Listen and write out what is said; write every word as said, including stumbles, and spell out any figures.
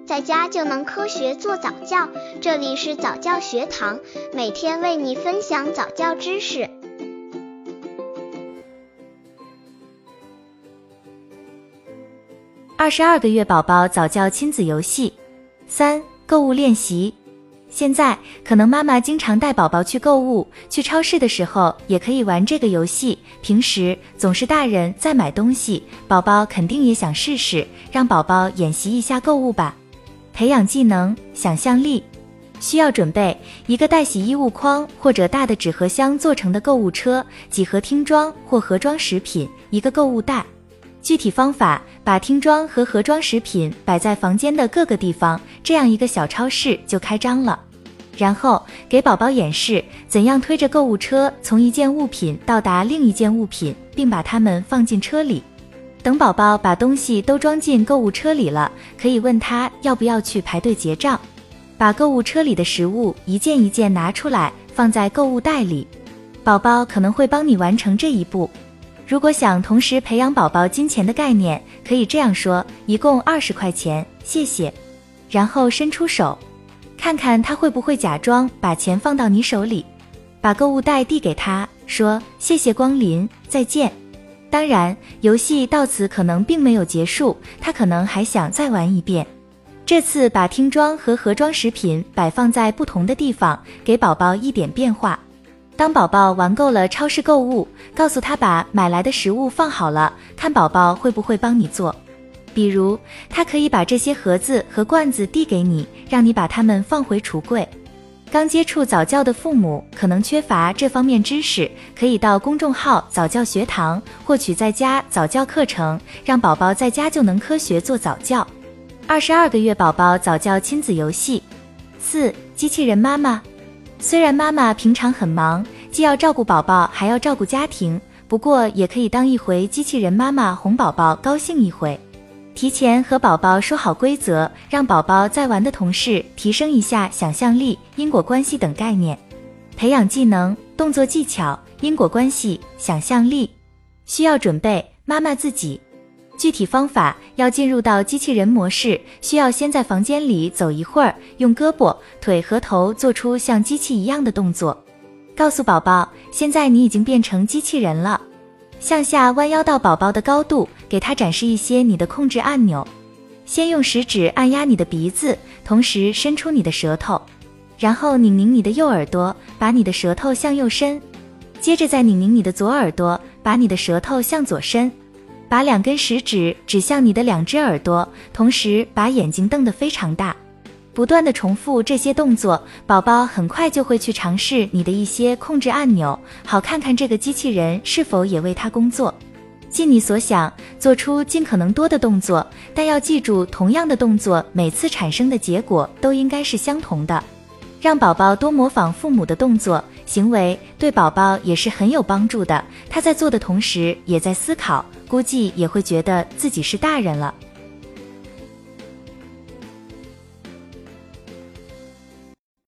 在家就能科学做早教。这里是早教学堂，每天为你分享早教知识。 二十二个月宝宝早教亲子游戏三，购物练习。现在可能妈妈经常带宝宝去购物，去超市的时候也可以玩这个游戏。平时总是大人在买东西，宝宝肯定也想试试，让宝宝演习一下购物吧。培养技能，想象力。需要准备一个带洗衣物筐或者大的纸盒箱做成的购物车，几盒听装或盒装食品，一个购物袋。具体方法，把听装和盒装食品摆在房间的各个地方，这样一个小超市就开张了。然后给宝宝演示怎样推着购物车从一件物品到达另一件物品，并把它们放进车里。等宝宝把东西都装进购物车里了，可以问他要不要去排队结账。把购物车里的食物一件一件拿出来，放在购物袋里。宝宝可能会帮你完成这一步。如果想同时培养宝宝金钱的概念，可以这样说：一共二十块钱，谢谢。然后伸出手，看看他会不会假装把钱放到你手里。把购物袋递给他，说谢谢光临，再见。当然，游戏到此可能并没有结束，他可能还想再玩一遍。这次把听装和盒装食品摆放在不同的地方，给宝宝一点变化。当宝宝玩够了超市购物，告诉他把买来的食物放好了，看宝宝会不会帮你做。比如，他可以把这些盒子和罐子递给你，让你把它们放回橱柜。刚接触早教的父母可能缺乏这方面知识，可以到公众号早教学堂获取在家早教课程，让宝宝在家就能科学做早教。二十二个月宝宝早教亲子游戏四，机器人妈妈。虽然妈妈平常很忙，既要照顾宝宝还要照顾家庭，不过也可以当一回机器人妈妈，哄宝宝高兴一回。提前和宝宝说好规则，让宝宝在玩的同时提升一下想象力、因果关系等概念。培养技能，动作技巧、因果关系、想象力。需要准备妈妈自己。具体方法，要进入到机器人模式，需要先在房间里走一会儿，用胳膊、腿和头做出像机器一样的动作。告诉宝宝，现在你已经变成机器人了。向下弯腰到宝宝的高度，给他展示一些你的控制按钮。先用食指按压你的鼻子，同时伸出你的舌头，然后拧拧你的右耳朵，把你的舌头向右伸。接着再拧拧你的左耳朵，把你的舌头向左伸。把两根食指指向你的两只耳朵，同时把眼睛瞪得非常大。不断的重复这些动作，宝宝很快就会去尝试你的一些控制按钮，好看看这个机器人是否也为他工作。尽你所想，做出尽可能多的动作，但要记住，同样的动作每次产生的结果都应该是相同的。让宝宝多模仿父母的动作行为，对宝宝也是很有帮助的。他在做的同时也在思考，估计也会觉得自己是大人了。